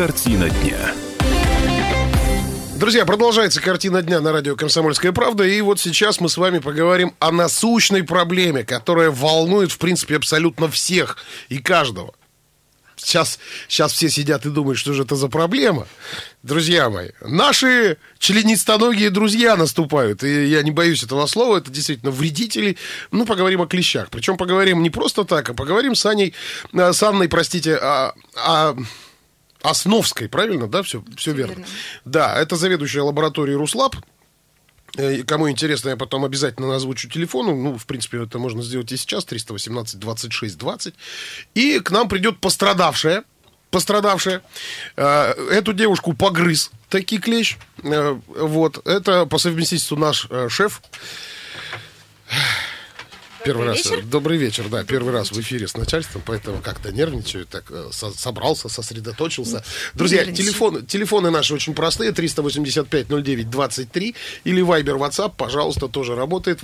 Картина дня. Друзья, продолжается «Картина дня» на радио «Комсомольская правда». И вот сейчас мы с вами поговорим о насущной проблеме, которая волнует, в принципе, абсолютно всех и каждого. Сейчас все сидят и думают, что же это за проблема. Друзья мои, наши членистоногие друзья наступают. И я не боюсь этого слова, это действительно вредители. Ну, поговорим о клещах. Причем поговорим не просто так, а поговорим с Анной, простите, Основской, правильно, да? Все верно. Да, это заведующая лабораторией РусЛаб. Кому интересно, я потом обязательно озвучу телефон. Ну, в принципе, это можно сделать и сейчас. 318-26-20. И к нам придет пострадавшая. Эту девушку погрыз таки клещ. Вот. Это по совместительству наш шеф. Добрый вечер, да, первый раз в эфире с начальством, поэтому как-то нервничаю, так собрался, сосредоточился. Друзья, телефоны наши очень простые, 385-09-23 или Viber, WhatsApp, пожалуйста, тоже работает,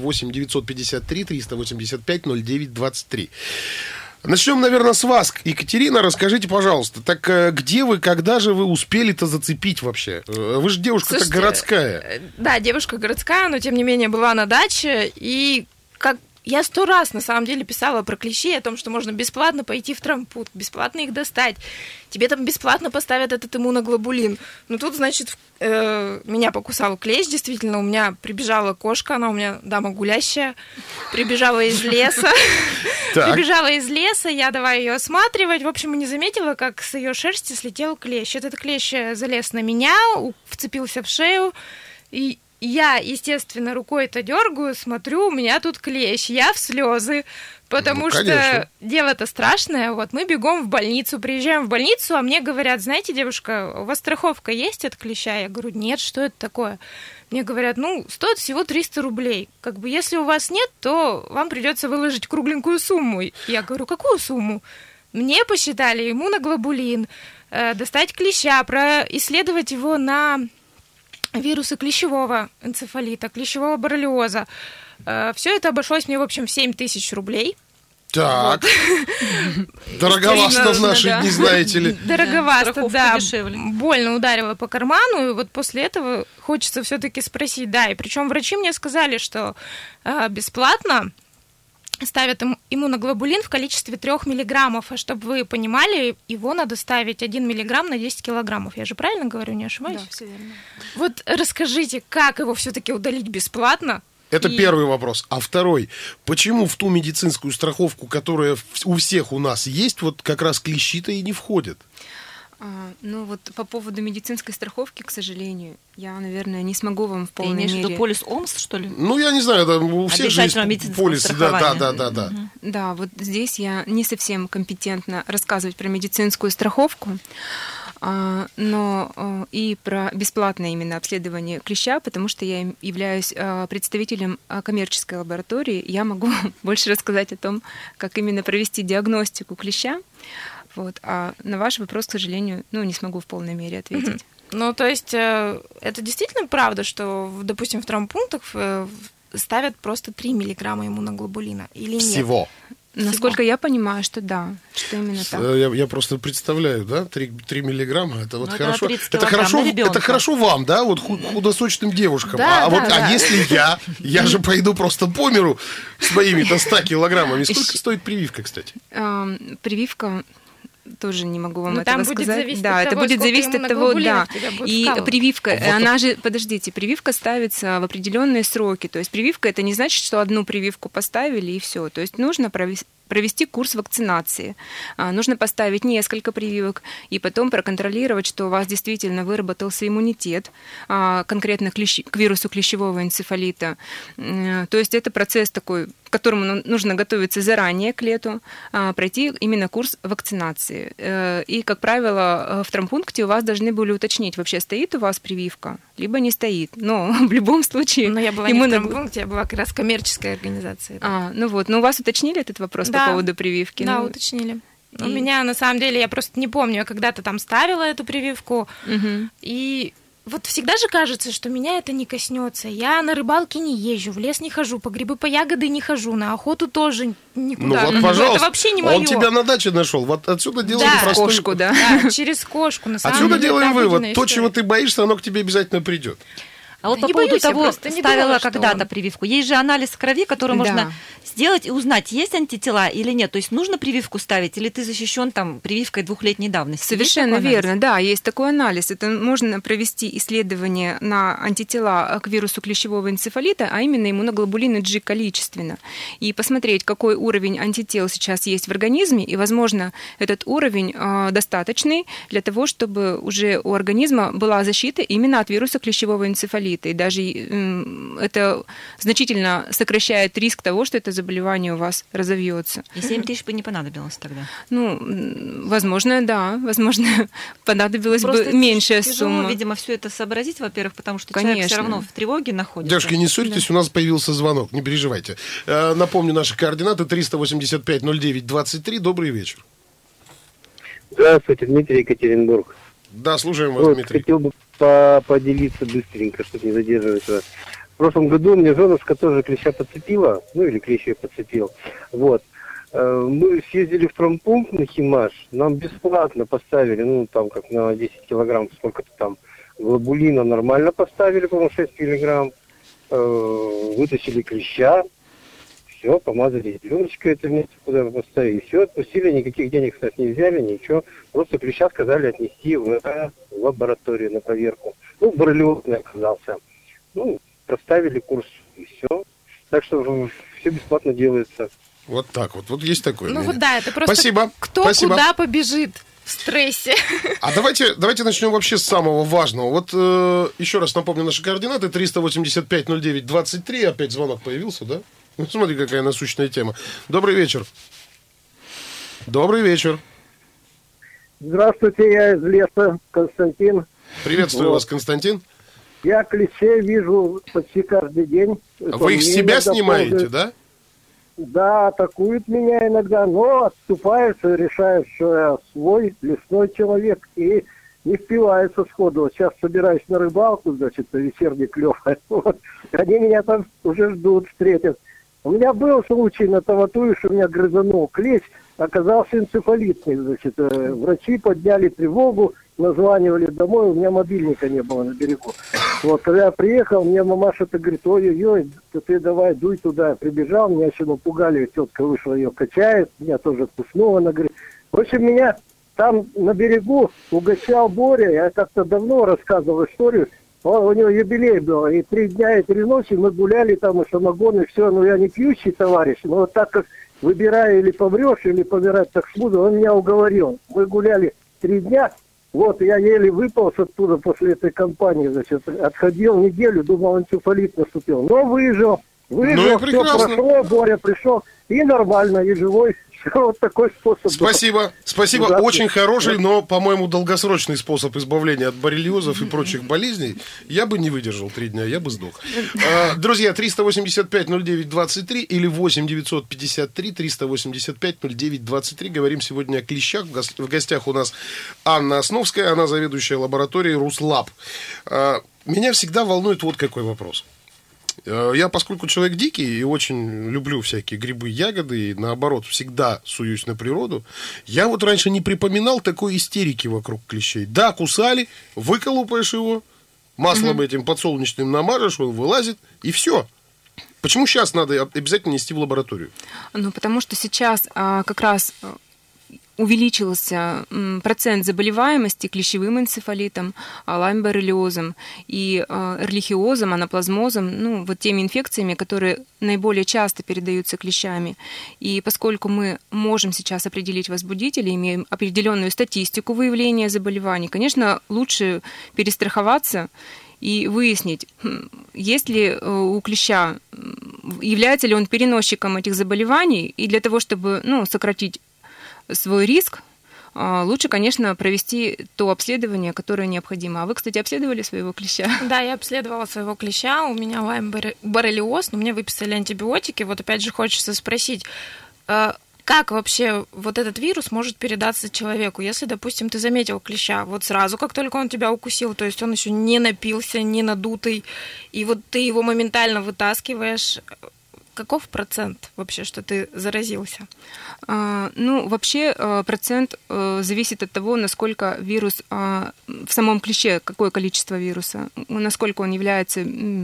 8-953-385-09-23. Начнем, наверное, с вас, Екатерина, расскажите, пожалуйста, так где вы, когда же вы успели-то зацепить вообще? Вы же девушка-то городская. Да, девушка городская, но тем не менее была на даче, и как я 100 раз, на самом деле, писала про клещей, о том, что можно бесплатно пойти в травмпункт, бесплатно их достать. Тебе там бесплатно поставят этот иммуноглобулин. Ну, тут, значит, меня покусал клещ, действительно, у меня прибежала кошка, она у меня дама гулящая, прибежала из леса. Прибежала из леса, я давай ее осматривать. В общем, не заметила, как с ее шерсти слетел клещ. Этот клещ залез на меня, вцепился в шею, и я, естественно, рукой-то дергаю, смотрю, у меня тут клещ, я в слезы, потому что дело-то страшное. Вот мы бегом в больницу, приезжаем в больницу, а мне говорят: знаете, девушка, у вас страховка есть от клеща? Я говорю: нет, что это такое? Мне говорят: стоит всего 300 рублей. Как бы если у вас нет, то вам придется выложить кругленькую сумму. Я говорю: какую сумму? Мне посчитали иммуноглобулин, достать клеща, происследовать его на вирусы клещевого энцефалита, клещевого боррелиоза. Все это обошлось мне, в общем, в 7 тысяч рублей. Так, вот. Дороговасто в наши дни, знаете ли. Дороговасто, да. Больно ударило по карману, и вот после этого хочется все-таки спросить, да, и причем врачи мне сказали, что бесплатно ставят иммуноглобулин в количестве 3 миллиграммов, а чтобы вы понимали, его надо ставить 1 миллиграмм на 10 килограммов. Я же правильно говорю, не ошибаюсь? Да, все верно. Вот расскажите, как его все-таки удалить бесплатно? Это первый вопрос. А второй, почему в ту медицинскую страховку, которая у всех у нас есть, вот как раз клещи-то и не входят? Вот по поводу медицинской страховки, к сожалению, я, наверное, не смогу вам в полной мере... Ты имеешь в виду полис ОМС, что ли? Ну, я не знаю, там у всех же есть полисы. Да. Да, вот здесь я не совсем компетентна рассказывать про медицинскую страховку, но и про бесплатное именно обследование клеща, потому что я являюсь представителем коммерческой лаборатории, я могу больше рассказать о том, как именно провести диагностику клеща. Вот. А на ваш вопрос, к сожалению, не смогу в полной мере ответить. Ну, то есть, это действительно правда, что, допустим, в травмпунктах ставят просто 3 миллиграмма иммуноглобулина или нет? Всего? Насколько я понимаю, что да, что именно так. Я просто представляю, да, 3 миллиграмма, это вот хорошо. Это хорошо вам, да, вот худосочным девушкам. Да, а если я же пойду просто по миру с моими-то 100 килограммами. Сколько стоит прививка, кстати? Прививка... Тоже не могу вам этого сказать. Зависеть да, от это того, будет зависеть от того, да. И вкалывать. прививка, прививка ставится в определенные сроки. То есть прививка — это не значит, что одну прививку поставили и все. То есть нужно провести курс вакцинации. Нужно поставить несколько прививок и потом проконтролировать, что у вас действительно выработался иммунитет конкретно к вирусу клещевого энцефалита. То есть это процесс такой, к которому нужно готовиться заранее к лету, пройти именно курс вакцинации. И, как правило, в травмпункте у вас должны были уточнить, вообще стоит у вас прививка, либо не стоит. Но в любом случае... Но я была не в травмпункте, я была как раз в коммерческой организации. Но у вас уточнили этот вопрос по поводу прививки? Да, уточнили. У меня, на самом деле, я просто не помню, я когда-то там ставила эту прививку, и вот всегда же кажется, что меня это не коснется. Я на рыбалке не езжу, в лес не хожу, по грибы, по ягоды не хожу, на охоту тоже никуда. Ну вот, пожалуйста, это вообще не моё. Он тебя на даче нашел. Вот отсюда делаем Да. простой... Кошку, да. Да, через кошку. На самом Отсюда деле, делаем это вывод. обыденная То, история. чего ты боишься, оно к тебе обязательно придет. А вот Да по не поводу боюсь, я того, просто не ставила думала, что когда-то он- прививку. Есть же анализ крови, который Да. можно сделать и узнать, есть антитела или нет. То есть нужно прививку ставить, или ты защищен там прививкой 2-летней давности? Есть Совершенно такой анализ? верно, да, есть такой анализ. Это можно провести исследование на антитела к вирусу клещевого энцефалита, а именно иммуноглобулины G количественно, и посмотреть, какой уровень антител сейчас есть в организме, и, возможно, этот уровень достаточный для того, чтобы уже у организма была защита именно от вируса клещевого энцефалита. И даже это значительно сокращает риск того, что это заболевание у вас разовьется. И 7 тысяч бы не понадобилось тогда. Ну, возможно, да, возможно, понадобилась Просто бы меньшая тяжело, сумма. видимо, все это сообразить, во-первых, потому что Конечно. человек все равно в тревоге находится. Девушки, не ссорьтесь, у нас появился звонок, не переживайте. Напомню, наши координаты 385-09-23. Добрый вечер. Здравствуйте, Дмитрий, Екатеринбург. Да, слушаем вас, Вот, Дмитрий. хотел бы поделиться быстренько, чтобы не задерживать вас. В прошлом году мне женушка тоже клеща подцепила, ну или клещ ее подцепил. Вот. Мы съездили в травмпункт на Химаш, нам бесплатно поставили, ну там как на 10 килограмм, сколько-то там глобулина нормально поставили, по-моему, 6 миллиграмм. Вытащили клеща, все, помазали пленочкой это место, куда мы поставили, все, отпустили, никаких денег, кстати, не взяли, ничего. Просто клеща сказали отнести в лабораторию на проверку. Ну, боррелиозный оказался. Ну, проставили курс, и все. Так что все бесплатно делается. Вот так вот. Вот есть такое. Ну мнение. вот да, это просто Спасибо. кто Спасибо. куда побежит в стрессе. А давайте начнем вообще с самого важного. Вот еще раз напомню наши координаты. 385-09-23. Опять звонок появился, да? Ну, смотри, какая насущная тема. Добрый вечер. Добрый вечер. Здравствуйте, я из леса, Константин. Приветствую Вот. вас, Константин. Я клещей вижу почти каждый день. Вы их с себя снимаете, да? Да, атакуют меня иногда, но отступаются, решают, что я свой лесной человек, и не впиваются сходу. Вот сейчас собираюсь на рыбалку, значит, на вечерний клев. Вот. Они меня там уже ждут, встретят. У меня был случай на Таватуе, что меня грызанул клещ, оказался энцефалитный, значит. Врачи подняли тревогу, названивали домой, у меня мобильника не было на берегу. Вот, когда я приехал, мне мамаша-то говорит, ой-ой-ой, ты давай, дуй туда. Я прибежал, меня еще напугали, тетка вышла, ее качает, меня тоже куснула, она говорит. В общем, меня там на берегу угощал Боря, я как-то давно рассказывал историю, у него юбилей был, и 3 дня и 3 ночи мы гуляли там, и самогон, и все, но я не пьющий товарищ, но вот так как выбираю или помрешь, или помирать так буду, он меня уговорил. Мы гуляли 3 дня, вот, я еле выполз оттуда после этой кампании, значит, отходил неделю, думал, энцефалит наступил, но выжил, Ну и все прекрасно. прошло, Боря пришел, и нормально, и живой. Вот такой способ. Спасибо. Спасибо. Да. Очень хороший, но, по-моему, долгосрочный способ избавления от боррелиозов и прочих болезней. Я бы не выдержал 3 дня, я бы сдох. Друзья, 385-09-23 или 8-953-385-09-23. Говорим сегодня о клещах. В гостях у нас Анна Основская, она заведующая лабораторией РусЛаб. Меня всегда волнует вот какой вопрос. Я, поскольку человек дикий и очень люблю всякие грибы, ягоды, и наоборот, всегда суюсь на природу, я вот раньше не припоминал такой истерики вокруг клещей. Да, кусали, выколупаешь его, маслом этим подсолнечным намажешь, он вылазит, и все. Почему сейчас надо обязательно нести в лабораторию? Ну, потому что сейчас как раз увеличился процент заболеваемости клещевым энцефалитом, лайм-боррелиозом и эрлихиозом, анаплазмозом, ну, вот теми инфекциями, которые наиболее часто передаются клещами. И поскольку мы можем сейчас определить возбудители, имеем определенную статистику выявления заболеваний, конечно, лучше перестраховаться и выяснить, есть ли у клеща, является ли он переносчиком этих заболеваний, и для того, чтобы сократить свой риск, лучше, конечно, провести то обследование, которое необходимо. А вы, кстати, обследовали своего клеща? Да, я обследовала своего клеща, у меня лайм-боррелиоз, но мне выписали антибиотики. Вот опять же хочется спросить, как вообще вот этот вирус может передаться человеку? Если, допустим, ты заметил клеща вот сразу, как только он тебя укусил, то есть он еще не напился, не надутый, и вот ты его моментально вытаскиваешь, каков процент вообще, что ты заразился? Вообще процент зависит от того, насколько вирус в самом клеще, какое количество вируса, насколько он является,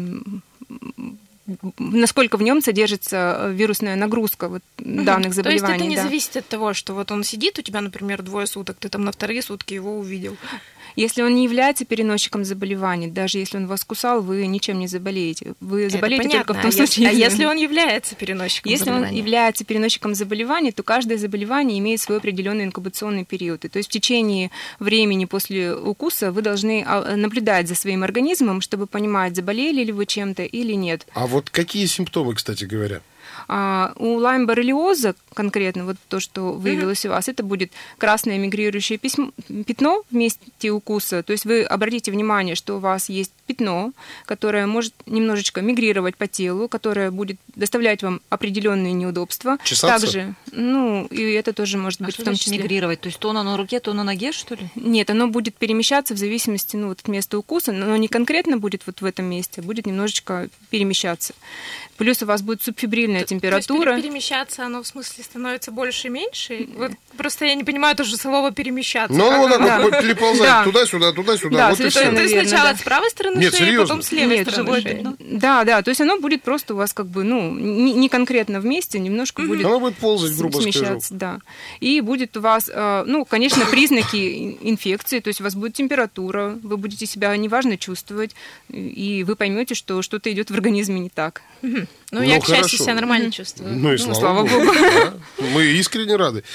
насколько в нем содержится вирусная нагрузка данных заболеваний. То есть это не зависит от того, что вот он сидит у тебя, например, 2 суток, ты там на 2 сутки его увидел. Если он не является переносчиком заболеваний, даже если он вас кусал, вы ничем не заболеете. Вы заболеете только в том случае... если он является переносчиком заболеваний? Если он является переносчиком заболеваний, то каждое заболевание имеет свой определенный инкубационный период. И то есть в течение времени после укуса вы должны наблюдать за своим организмом, чтобы понимать, заболели ли вы чем-то или нет. А вот какие симптомы, кстати говоря? У лайм-боррелиоза конкретно, вот то, что выявилось у вас, это будет красное мигрирующее пятно в месте укуса. То есть вы обратите внимание, что у вас есть пятно, которое может немножечко мигрировать по телу, которое будет доставлять вам определенные неудобства. Чесаться? Также, и это тоже может быть в том числе. Мигрировать? То есть то на руке, то на ноге, что ли? Нет, оно будет перемещаться в зависимости от места укуса, но оно не конкретно будет вот в этом месте, а будет немножечко перемещаться. Плюс у вас будет субфибрильная температура. То есть перемещаться, оно в смысле становится больше и меньше? Вот просто я не понимаю тоже слово перемещаться. Ну, вот так вот переползать туда-сюда, туда-сюда. Да, вот и все. То есть сначала с правой стороны шеи, потом с левой стороны шеи. Да, то есть оно будет просто у вас не конкретно вместе, немножко будет... Оно будет ползать, грубо смещаться, скажу. да. И будет у вас, конечно, признаки инфекции, то есть у вас будет температура, вы будете себя неважно чувствовать, и вы поймете, что что-то идет в организме не так. Я, к счастью, себя нормально чувствую. Ну и слава богу. Да. Мы искренне рады.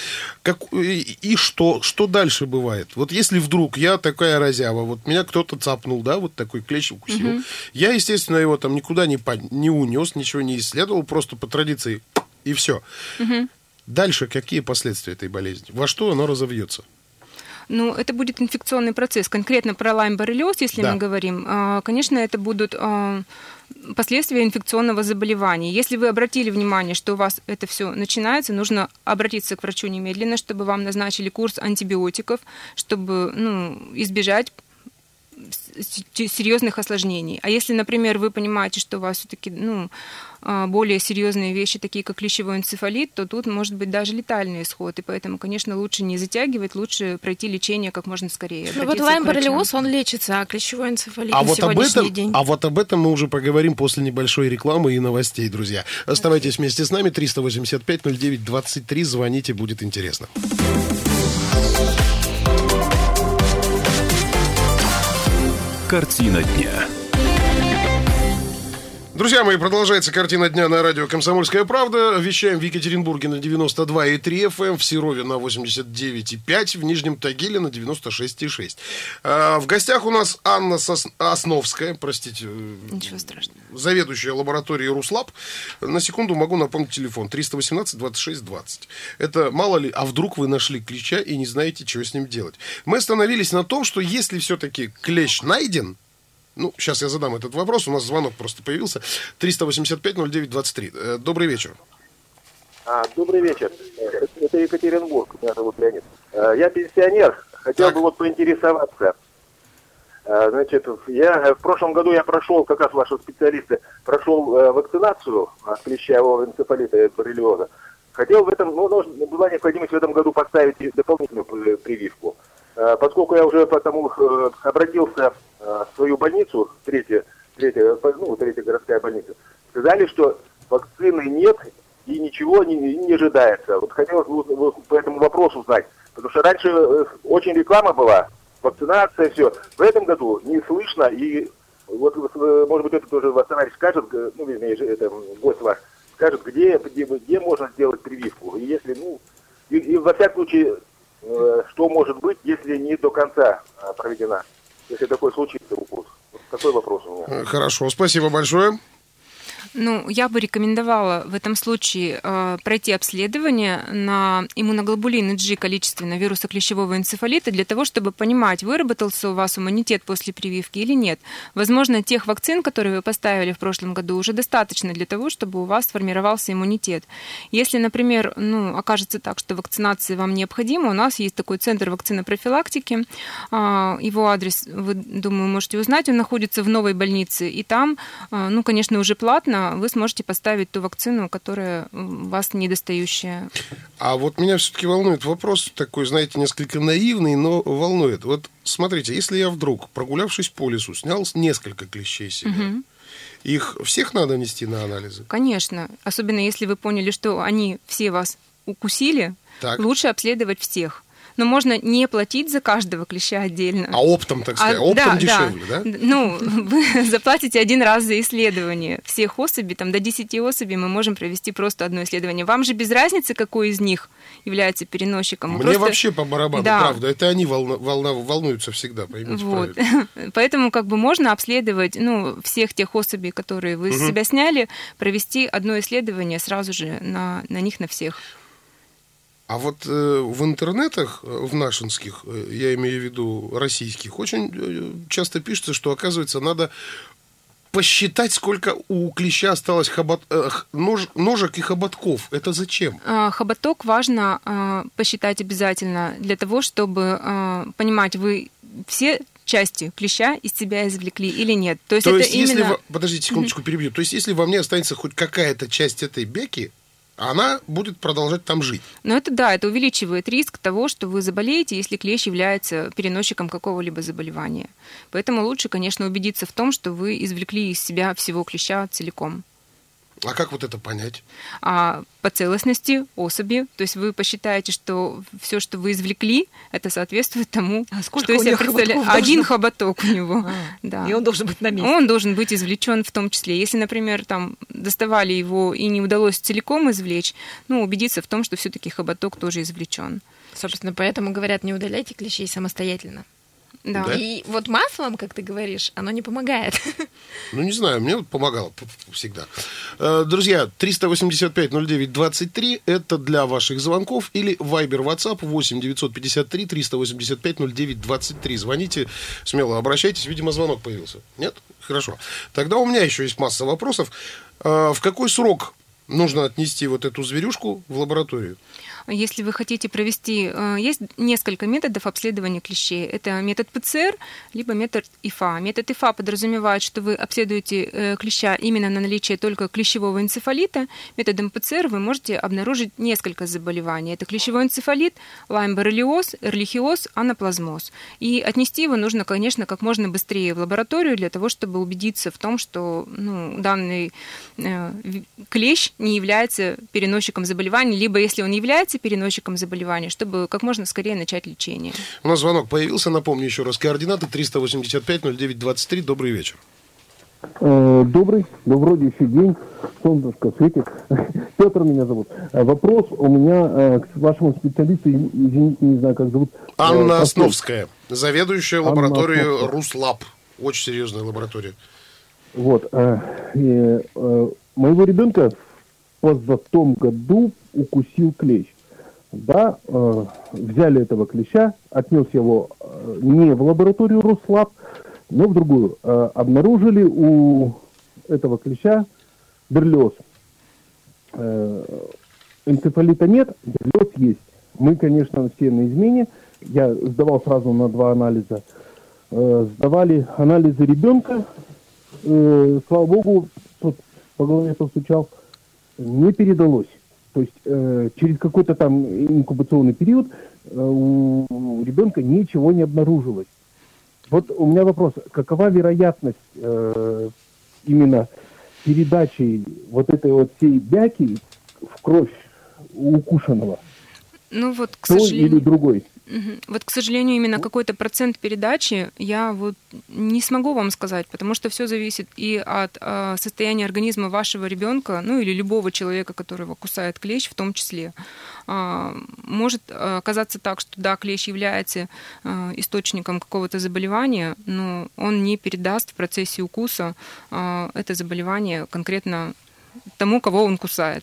И что дальше бывает? Вот если вдруг я такая разява, вот меня кто-то цапнул, да, вот такой клещ укусил, я, естественно, его там никуда не унес, ничего не исследовал, просто по традиции, и все. Дальше какие последствия этой болезни? Во что оно разовьется? Это будет инфекционный процесс. Конкретно про лайм-боррелиоз, если мы говорим, конечно, это будут последствия инфекционного заболевания. Если вы обратили внимание, что у вас это все начинается, нужно обратиться к врачу немедленно, чтобы вам назначили курс антибиотиков, чтобы избежать серьезных осложнений. А если, например, вы понимаете, что у вас все-таки более серьезные вещи, такие как клещевой энцефалит, то тут может быть даже летальный исход. И поэтому, конечно, лучше не затягивать, лучше пройти лечение как можно скорее. Вот лайм-боррелиоз, он лечится, а клещевой энцефалит на сегодняшний день. А вот об этом мы уже поговорим после небольшой рекламы и новостей, друзья. Оставайтесь вместе с нами. 385-09-23. Звоните, будет интересно. Картина дня. Друзья мои, продолжается «Картина дня» на радио «Комсомольская правда». Вещаем в Екатеринбурге на 92,3 FM, в Серове на 89,5, в Нижнем Тагиле на 96,6. В гостях у нас Анна Основская, простите, ничего страшного, заведующая лабораторией РусЛаб. На секунду могу напомнить телефон 318-26-20. Это мало ли, а вдруг вы нашли клеща и не знаете, что с ним делать. Мы остановились на том, что если все-таки клещ найден, сейчас я задам этот вопрос. У нас звонок просто появился. 385-09-23. Добрый вечер. Добрый вечер. Это Екатеринбург. Меня зовут Леонид. Я пенсионер. Хотел бы поинтересоваться. Значит, в прошлом году я прошел, как раз ваши специалисты, вакцинацию от клещевого энцефалита и боррелиоза. Хотел в этом, была необходимость в этом году поставить дополнительную прививку. Поскольку я уже обратился в свою больницу, третья городская больница, сказали, что вакцины нет и ничего не ожидается. Вот хотелось по этому вопросу узнать, потому что раньше очень реклама была, вакцинация, все. В этом году не слышно, и вот, может быть, это тоже Васанаевич скажет, гость ваш, скажет, где можно сделать прививку. И если, и во всяком случае, что может быть, если не до конца проведена, если такой случится укус. Вот такой вопрос у меня. Хорошо, спасибо большое. Ну, я бы рекомендовала в этом случае пройти обследование на иммуноглобулины G количественно вируса клещевого энцефалита для того, чтобы понимать, выработался у вас иммунитет после прививки или нет. Возможно, тех вакцин, которые вы поставили в прошлом году, уже достаточно для того, чтобы у вас сформировался иммунитет. Если, например, окажется так, что вакцинация вам необходима, у нас есть такой центр вакцинопрофилактики, его адрес, вы, думаю, можете узнать, он находится в новой больнице, и там, конечно, уже платно вы сможете поставить ту вакцину, которая у вас недостающая. А вот меня все-таки волнует вопрос такой, знаете, несколько наивный, но волнует. Вот смотрите, если я вдруг, прогулявшись по лесу, снял несколько клещей себе, их всех надо нести на анализы? Конечно. Особенно если вы поняли, что они все вас укусили, лучше обследовать всех. Но можно не платить за каждого клеща отдельно. А оптом, так сказать, оптом дешевле, да? Вы заплатите один раз за исследование всех особей, до 10 особей мы можем провести просто одно исследование. Вам же без разницы, какой из них является переносчиком. Мне вообще по барабану, правда. Это они волнуются всегда, поймите правильно. Поэтому можно обследовать всех тех особей, которые вы с себя сняли, провести одно исследование сразу же на них, на всех. А вот в интернетах, в нашинских, я имею в виду российских, очень часто пишется, что, оказывается, надо посчитать, сколько у клеща осталось ножек и хоботков. Это зачем? Хоботок важно посчитать обязательно для того, чтобы понимать, вы все части клеща из себя извлекли или нет. То есть если подождите секундочку, перебью. То есть, если во мне останется хоть какая-то часть этой бяки, она будет продолжать там жить. Но это увеличивает риск того, что вы заболеете, если клещ является переносчиком какого-либо заболевания. Поэтому лучше, конечно, убедиться в том, что вы извлекли из себя всего клеща целиком. А как вот это понять? По целостности особи. То есть вы посчитаете, что все, что вы извлекли, это соответствует тому, что из себя представляет. Один хоботок у него. Да. И он должен быть на месте. Он должен быть извлечен в том числе. Если, например, доставали его и не удалось целиком извлечь, убедиться в том, что все-таки хоботок тоже извлечен. Собственно, поэтому говорят, не удаляйте клещей самостоятельно. Да. И вот маслом, как ты говоришь, оно не помогает. Не знаю, мне помогало всегда. Друзья, 385-09-23 это для ваших звонков или Viber, WhatsApp 8-953-385-09-23. Звоните, смело обращайтесь. Видимо, звонок появился. Нет? Хорошо. Тогда у меня еще есть масса вопросов. В какой срок нужно отнести вот эту зверюшку в лабораторию? Если вы хотите провести... Есть несколько методов обследования клещей. Это метод ПЦР, либо метод ИФА. Метод ИФА подразумевает, что вы обследуете клеща именно на наличие только клещевого энцефалита. Методом ПЦР вы можете обнаружить несколько заболеваний. Это клещевой энцефалит, лайм-боррелиоз, эрлихиоз, анаплазмоз. И отнести его нужно, конечно, как можно быстрее в лабораторию для того, чтобы убедиться в том, что данный клещ не является переносчиком заболевания, либо если он является переносчиком заболевания, чтобы как можно скорее начать лечение. У нас звонок появился, напомню еще раз, координаты 385-09-23. Добрый вечер. Добрый, вроде еще день, солнышко светит. Петр меня зовут. Вопрос у меня к вашему специалисту, извините, не знаю, как зовут. Анна Основская, заведующая лабораторией РусЛаб. Очень серьезная лаборатория. Вот. Моего ребенка в позатом году укусил клещ. Да, взяли этого клеща, отнес его не в лабораторию РусЛаб, но в другую. Обнаружили у этого клеща берлиоз. Энцефалита нет, берлиоз есть. Мы, конечно, все на измене. Я сдавал сразу на 2 анализа. Сдавали анализы ребенка. Слава богу, по голове постучал. Не передалось. То есть через какой-то там инкубационный период у ребенка ничего не обнаружилось. Вот у меня вопрос, какова вероятность именно передачи вот этой вот всей бяки в кровь у укушенного? К сожалению... или другой? Вот, к сожалению, именно какой-то процент передачи я не смогу вам сказать, потому что все зависит и от состояния организма вашего ребенка, или любого человека, которого кусает клещ в том числе. Может оказаться так, что да, клещ является источником какого-то заболевания, но он не передаст в процессе укуса это заболевание конкретно тому, кого он кусает.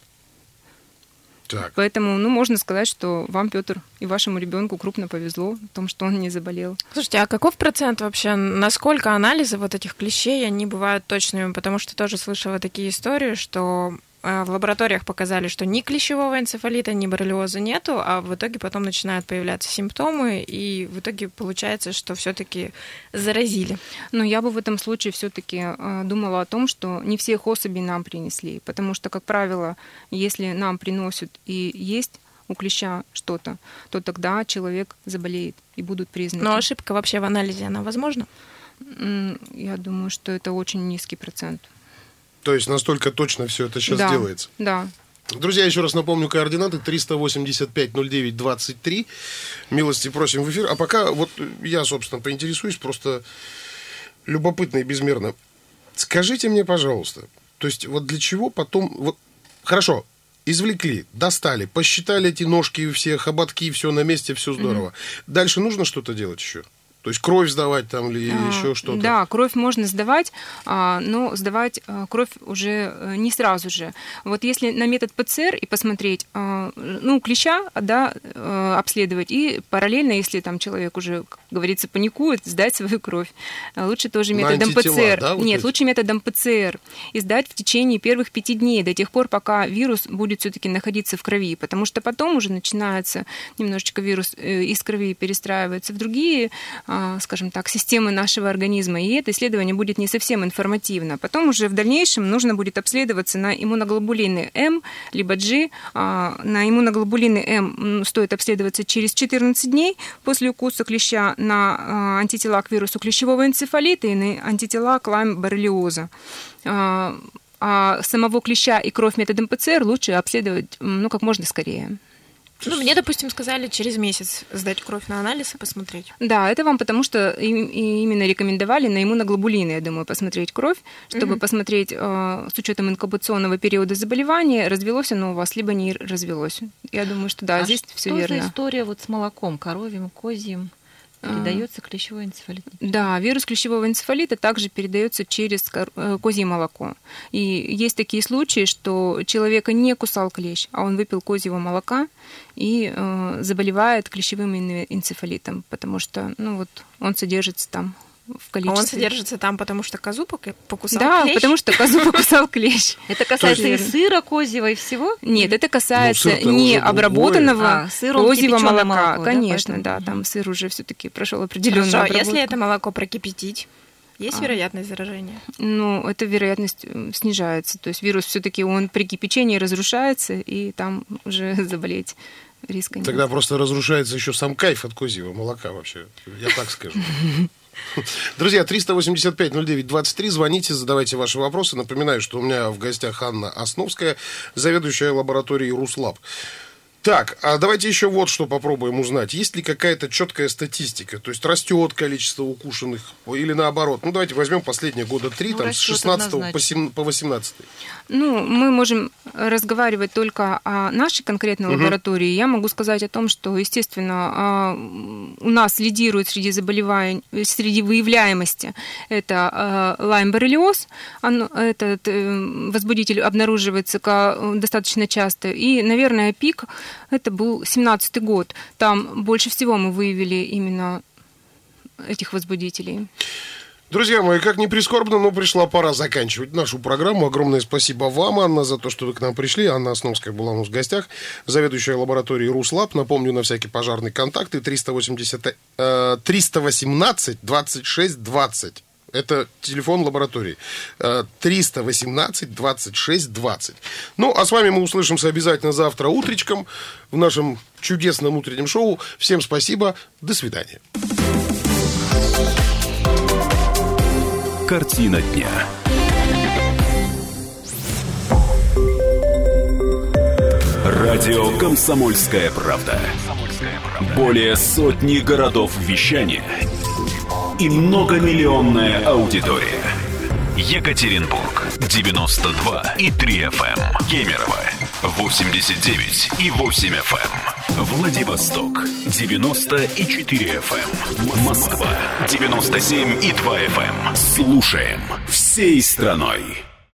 Так. Поэтому, можно сказать, что вам, Петр, и вашему ребенку крупно повезло в том, что он не заболел. Слушайте, а каков процент вообще, насколько анализы вот этих клещей, они бывают точными? Потому что тоже слышала такие истории, что в лабораториях показали, что ни клещевого энцефалита, ни боррелиоза нету, а в итоге потом начинают появляться симптомы, и в итоге получается, что все-таки заразили. Но я бы в этом случае все-таки думала о том, что не всех особей нам принесли, потому что, как правило, если нам приносят и есть у клеща что-то, то тогда человек заболеет и будут признаки. Но ошибка вообще в анализе, она возможна? Я думаю, что это очень низкий процент. То есть настолько точно все это сейчас делается? Да. Друзья, еще раз напомню координаты: 385-09-23. Милости просим в эфир. А пока вот я, собственно, поинтересуюсь, просто любопытно и безмерно. Скажите мне, пожалуйста, то есть вот для чего потом... Вот, хорошо, извлекли, достали, посчитали эти ножки, все хоботки, все на месте, все здорово. Дальше нужно что-то делать еще? То есть кровь сдавать там или еще что-то? Да, кровь можно сдавать, но сдавать кровь уже не сразу же. Вот если на метод ПЦР и посмотреть, клеща, обследовать, и параллельно, если там человек уже, как говорится, паникует, сдать свою кровь. Лучше тоже методом ПЦР. Да, вот лучше методом ПЦР. И сдать в течение первых 5 дней, до тех пор, пока вирус будет все-таки находиться в крови. Потому что потом уже начинается немножечко вирус из крови перестраивается в другие, скажем так, системы нашего организма, и это исследование будет не совсем информативно. Потом уже в дальнейшем нужно будет обследоваться на иммуноглобулины М, либо G. На иммуноглобулины М стоит обследоваться через 14 дней после укуса клеща, на антитела к вирусу клещевого энцефалита и на антитела к Лайм-боррелиоза. А самого клеща и кровь методом ПЦР лучше обследовать как можно скорее. Мне, допустим, сказали через месяц сдать кровь на анализ и посмотреть. Да, это вам потому, что именно рекомендовали на иммуноглобулины, я думаю, посмотреть кровь, чтобы посмотреть с учетом инкубационного периода заболевания, развелось оно у вас, либо не развелось. Я думаю, что да, здесь все верно. Что за история вот с молоком, коровьим, козьим? Передается клещевой энцефалит? Да, вирус клещевого энцефалита также передается через козье молоко. И есть такие случаи, что человека не кусал клещ, а он выпил козьего молока и заболевает клещевым энцефалитом, потому что он содержится там в количестве. А он содержится там, потому что козу покусал клещ? Да, потому что козу покусал клещ. Это касается и сыра козьего, и всего? Нет, это касается не обработанного козьего молока. Конечно, да, там сыр уже все-таки прошел определенную обработку. Если это молоко прокипятить, есть вероятность заражения? Эта вероятность снижается. То есть вирус все-таки он при кипячении разрушается, и там уже заболеть риска нет. Тогда просто разрушается еще сам кайф от козьего молока вообще. Я так скажу. Друзья, 385-09-23, звоните, задавайте ваши вопросы. Напоминаю, что у меня в гостях Анна Основская, заведующая лабораторией РусЛаб. Так, а давайте еще вот что попробуем узнать. Есть ли какая-то четкая статистика? То есть растет количество укушенных или наоборот? Давайте возьмем последние года 3, с 16 по 18. Мы можем разговаривать только о нашей конкретной лаборатории. Я могу сказать о том, что, естественно, у нас лидирует среди заболеваний, среди выявляемости это Лайм-боррелиоз. Этот возбудитель обнаруживается достаточно часто. И, наверное, пик это был 17-й год. Там больше всего мы выявили именно этих возбудителей. Друзья мои, как ни прискорбно, но пришла пора заканчивать нашу программу. Огромное спасибо вам, Анна, за то, что вы к нам пришли. Анна Основская была у нас в гостях, заведующая лабораторией РусЛаб. Напомню, на всякий пожарный контакты 318-26-20. Это телефон лаборатории. 318-26-20. А с вами мы услышимся обязательно завтра утречком в нашем чудесном утреннем шоу. Всем спасибо. До свидания. Картина дня. Радио «Комсомольская правда». Более сотни городов вещания и многомиллионная аудитория. Екатеринбург 92,3 FM. Кемерово 89,8 FM. Владивосток 90,4 FM. Москва 97,2 FM. Слушаем всей страной.